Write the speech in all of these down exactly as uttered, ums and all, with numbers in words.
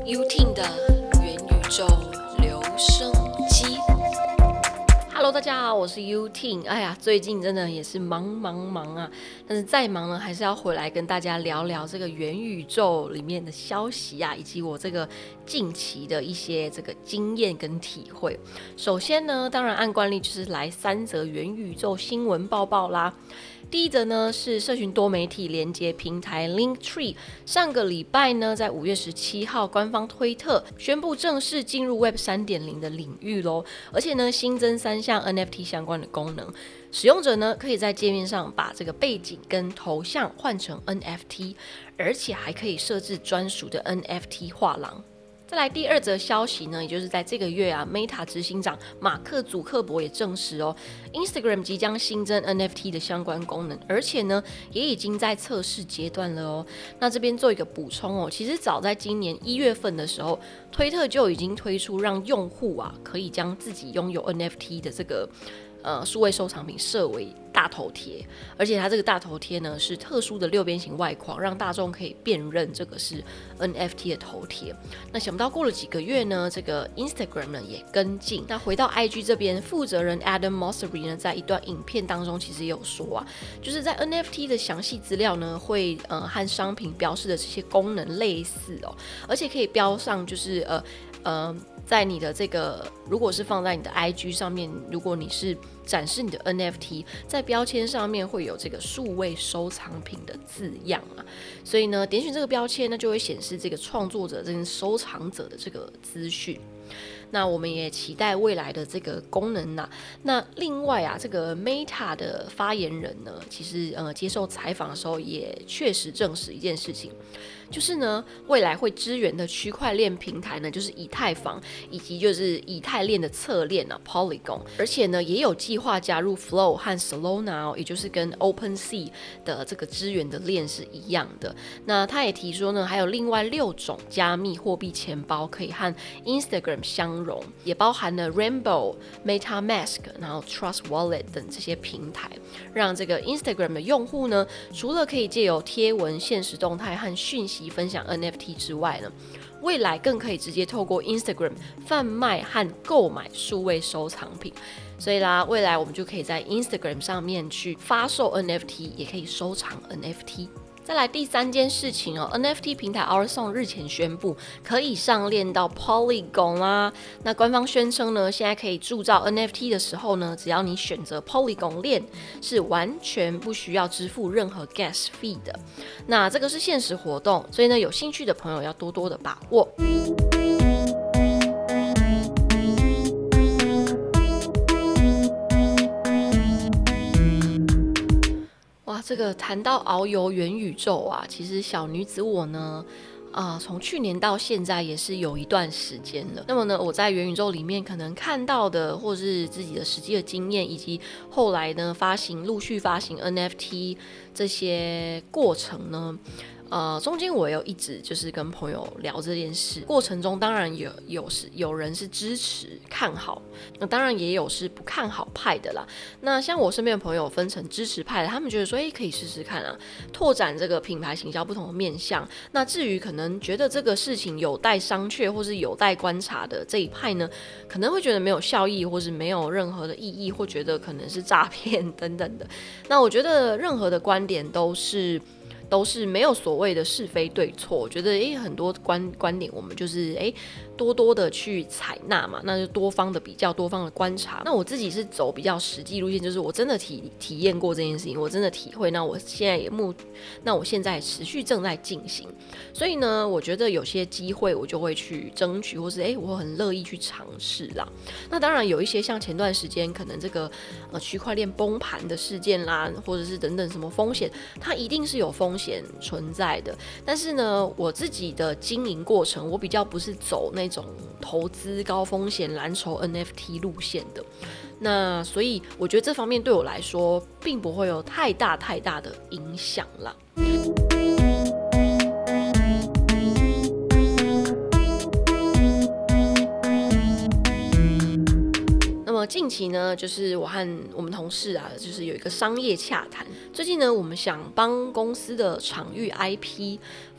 U-Team 的元宇宙留声机。Hello， 大家好，我是 U-Team。哎呀，最近真的也是忙忙忙啊！但是再忙呢，还是要回来跟大家聊聊这个元宇宙里面的消息啊，以及我这个近期的一些这个经验跟体会。首先呢，当然按惯例就是来三则元宇宙新闻报报啦。第一则呢是社群多媒体连接平台 Linktree， 上个礼拜呢，在五月十七号官方推特宣布正式进入 Web 三点零 的领域咯，而且呢新增三项 N F T 相关的功能，使用者呢可以在界面上把这个背景跟头像换成 N F T， 而且还可以设置专属的 N F T 画廊。再来第二则消息呢，也就是在这个月啊 ，Meta 执行长马克·祖克伯也证实哦 ，Instagram 即将新增 N F T 的相关功能，而且呢，也已经在测试阶段了哦。那这边做一个补充哦，其实早在今年一月份的时候，推特就已经推出让用户啊可以将自己拥有 N F T 的这个呃数位收藏品设为大头贴，而且它这个大头贴呢是特殊的六边形外框，让大众可以辨认这个是 N F T 的头贴。那想不到过了几个月呢，这个 Instagram 呢也跟进。那回到 I G 这边，负责人 Adam Mosseri 呢在一段影片当中其实也有说啊，就是在 N F T 的详细资料呢会呃和商品标示的这些功能类似哦，而且可以标上就是呃呃。在你的这个，如果是放在你的 I G 上面，如果你是展示你的 N F T， 在标签上面会有这个数位收藏品的字样啊，所以呢，点选这个标签呢，就会显示这个创作者、这个收藏者的这个资讯。那我们也期待未来的这个功能啊。那另外啊，这个 Meta 的发言人呢，其实呃接受采访的时候也确实证实一件事情，就是呢未来会支援的区块链平台呢，就是以太坊以及就是以太链的侧链啊 Polygon， 而且呢也有计划加入 Flow 和 Solana，哦，也就是跟 OpenSea 的这个支援的链是一样的。那他也提说呢，还有另外六种加密货币钱包可以和 Instagram 相融，也包含了 Rainbow、MetaMask， 然后 Trust Wallet 等这些平台，让这个 Instagram 的用户呢，除了可以借由贴文、限时动态和讯息分享 N F T 之外呢，未来更可以直接透过 Instagram 贩卖和购买数位收藏品。所以啦，未来我们就可以在 Instagram 上面去发售 N F T， 也可以收藏 N F T。再来第三件事情哦 ，N F T 平台 OurSong 日前宣布可以上链到 Polygon 啦。那官方宣称呢，现在可以铸造 N F T 的时候呢，只要你选择 Polygon 链，是完全不需要支付任何 gas fee 的。那这个是限时活动，所以呢，有兴趣的朋友要多多的把握。哇，这个谈到遨游元宇宙啊，其实小女子我呢，啊、呃，从去年到现在也是有一段时间了。那么呢，我在元宇宙里面可能看到的，或是自己的实际的经验，以及后来呢发行陆续发行 N F T 这些过程呢。呃，中间我有一直就是跟朋友聊这件事，过程中当然有有是有人是支持看好，那当然也有是不看好派的啦。那像我身边的朋友分成支持派的，他们觉得说，哎，可以试试看啊，拓展这个品牌行销不同的面向。那至于可能觉得这个事情有待商榷或是有待观察的这一派呢，可能会觉得没有效益，或是没有任何的意义，或觉得可能是诈骗等等的。那我觉得任何的观点都是。都是没有所谓的是非对错，我觉得诶很多观观点我们就是诶多多的去采纳嘛，那就多方的比较，多方的观察。那我自己是走比较实际路线，就是我真的体体验过这件事情，我真的体会。那我现在也目，那我现在持续正在进行，所以呢，我觉得有些机会我就会去争取，或是诶我很乐意去尝试啦。那当然有一些像前段时间可能这个呃区块链崩盘的事件啦，或者是等等什么风险，它一定是有风险存在的。但是呢，我自己的经营过程，我比较不是走那种投资高风险蓝筹 N F T 路线的。那所以我觉得这方面对我来说，并不会有太大太大的影响啦。近期呢，就是我和我们同事啊，就是有一个商业洽谈。最近呢，我们想帮公司的场域 I P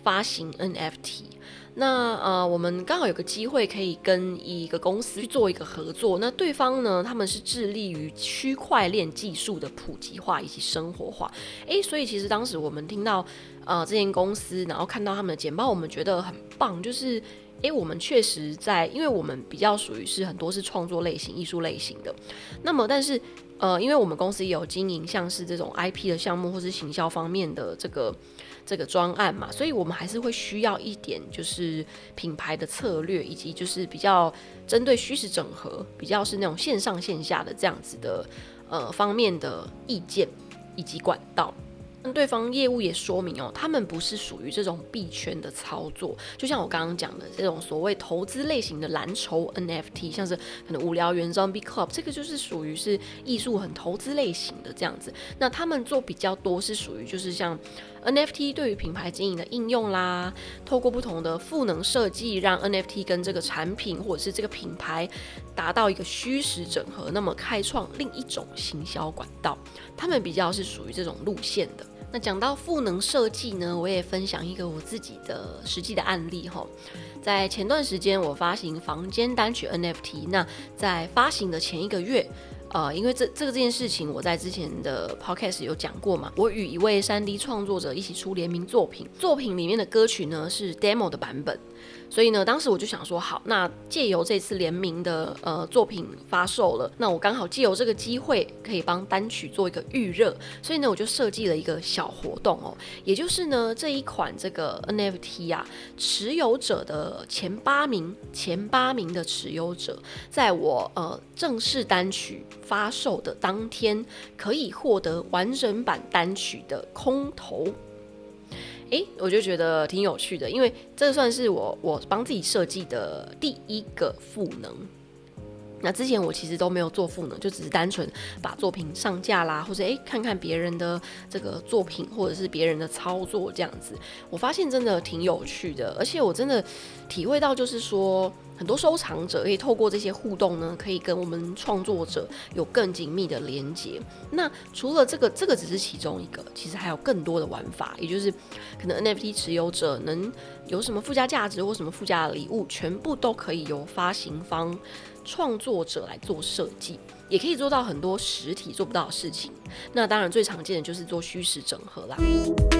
发行 N F T。那呃，我们刚好有个机会可以跟一个公司去做一个合作。那对方呢，他们是致力于区块链技术的普及化以及生活化。诶，所以其实当时我们听到呃这间公司，然后看到他们的简报，我们觉得很棒，就是诶，我们确实在，因为我们比较属于是很多是创作类型、艺术类型的。那么，但是呃，因为我们公司也有经营像是这种 I P 的项目或是行销方面的这个。这个专案嘛，所以我们还是会需要一点就是品牌的策略，以及就是比较针对虚实整合，比较是那种线上线下的这样子的呃方面的意见以及管道。对方业务也说明哦，他们不是属于这种币圈的操作，就像我刚刚讲的这种所谓投资类型的蓝筹 N F T， 像是可能无聊猿 Zombie Club， 这个就是属于是艺术很投资类型的这样子。那他们做比较多是属于就是像 N F T 对于品牌经营的应用啦，透过不同的赋能设计，让 N F T 跟这个产品或者是这个品牌达到一个虚实整合，那么开创另一种行销管道。他们比较是属于这种路线的。那讲到赋能设计呢，我也分享一个我自己的实际的案例哈。在前段时间，我发行房间单曲 N F T， 那在发行的前一个月。呃，因为这这个这件事情，我在之前的 podcast 有讲过嘛。我与一位 三 D 创作者一起出联名作品，作品里面的歌曲呢是 demo 的版本，所以呢，当时我就想说，好，那借由这次联名的呃作品发售了，那我刚好借由这个机会可以帮单曲做一个预热，所以呢，我就设计了一个小活动哦，也就是呢这一款这个 N F T 啊，持有者的前八名，前八名的持有者，在我呃正式单曲发售的当天，可以获得完整版单曲的空投。诶，我就觉得挺有趣的，因为这算是我我帮自己设计的第一个赋能。那之前我其实都没有做赋能，就只是单纯把作品上架啦，或者诶看看别人的这个作品，或者是别人的操作这样子。我发现真的挺有趣的，而且我真的体会到，就是说很多收藏者可以透过这些互动呢，可以跟我们创作者有更紧密的连接。那除了这个，这个只是其中一个，其实还有更多的玩法，也就是可能 N F T 持有者能有什么附加价值或什么附加的礼物，全部都可以由发行方创作者来做设计，也可以做到很多实体做不到的事情。那当然最常见的就是做虚实整合啦。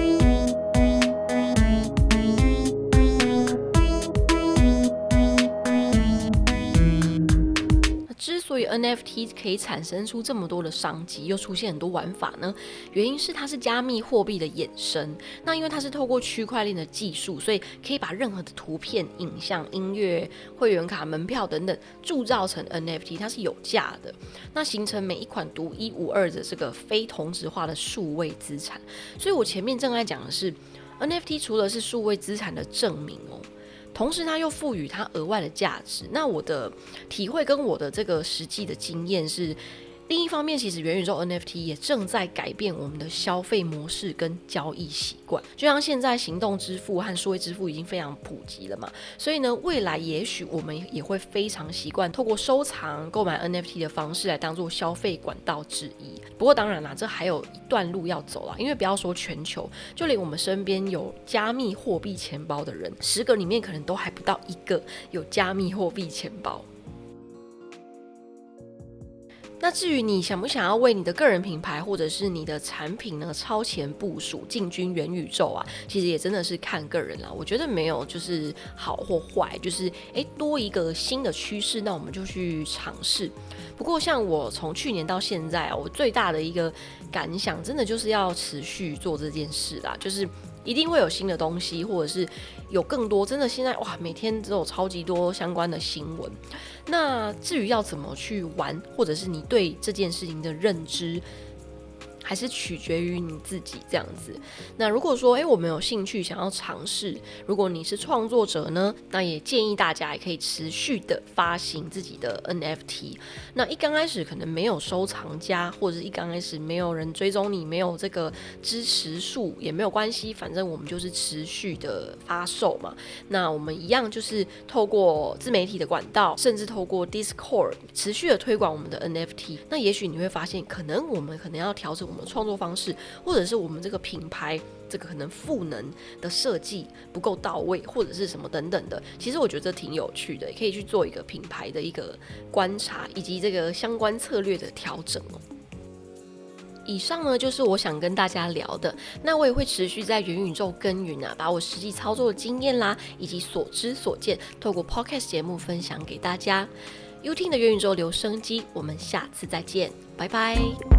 之所以 N F T 可以产生出这么多的商机，又出现很多玩法呢？原因是它是加密货币的衍生。那因为它是透过区块链的技术，所以可以把任何的图片、影像、音乐、会员卡、门票等等铸造成 N F T， 它是有价的。那形成每一款独一无二的这个非同质化的数位资产。所以我前面正在讲的是 N F T 除了是数位资产的证明哦。同时，它又赋予它额外的价值。那我的体会跟我的这个实际的经验是，另一方面，其实元宇宙 N F T 也正在改变我们的消费模式跟交易习惯。就像现在行动支付和数位支付已经非常普及了嘛，所以呢，未来也许我们也会非常习惯透过收藏、购买 N F T 的方式来当做消费管道之一。不过当然啦，这还有一段路要走啦，因为不要说全球，就连我们身边有加密货币钱包的人，十个里面可能都还不到一个有加密货币钱包。那至于你想不想要为你的个人品牌或者是你的产品呢超前部署进军元宇宙啊，其实也真的是看个人啦。我觉得没有就是好或坏，就是诶多一个新的趋势，那我们就去尝试。不过像我从去年到现在啊，我最大的一个感想，真的就是要持续做这件事啦，就是一定会有新的东西，或者是有更多，真的现在哇，每天都有超级多相关的新闻。那至于要怎么去玩，或者是你对这件事情的认知，还是取决于你自己这样子。那如果说诶我们有兴趣想要尝试，如果你是创作者呢，那也建议大家也可以持续的发行自己的 N F T。那一刚开始可能没有收藏家，或者是一刚开始没有人追踪你，没有这个支持数也没有关系，反正我们就是持续的发售嘛。那我们一样就是透过自媒体的管道，甚至透过 Discord 持续的推广我们的 N F T。那也许你会发现，可能我们可能要调整我们们的创作方式，或者是我们这个品牌这个可能赋能的设计不够到位，或者是什么等等的。其实我觉得这挺有趣的，也可以去做一个品牌的一个观察，以及这个相关策略的调整哦。以上呢就是我想跟大家聊的，那我也会持续在元宇宙耕耘啊，把我实际操作的经验啦，以及所知所见，透过 Podcast 节目分享给大家。U T 的元宇宙留声机，我们下次再见，拜拜。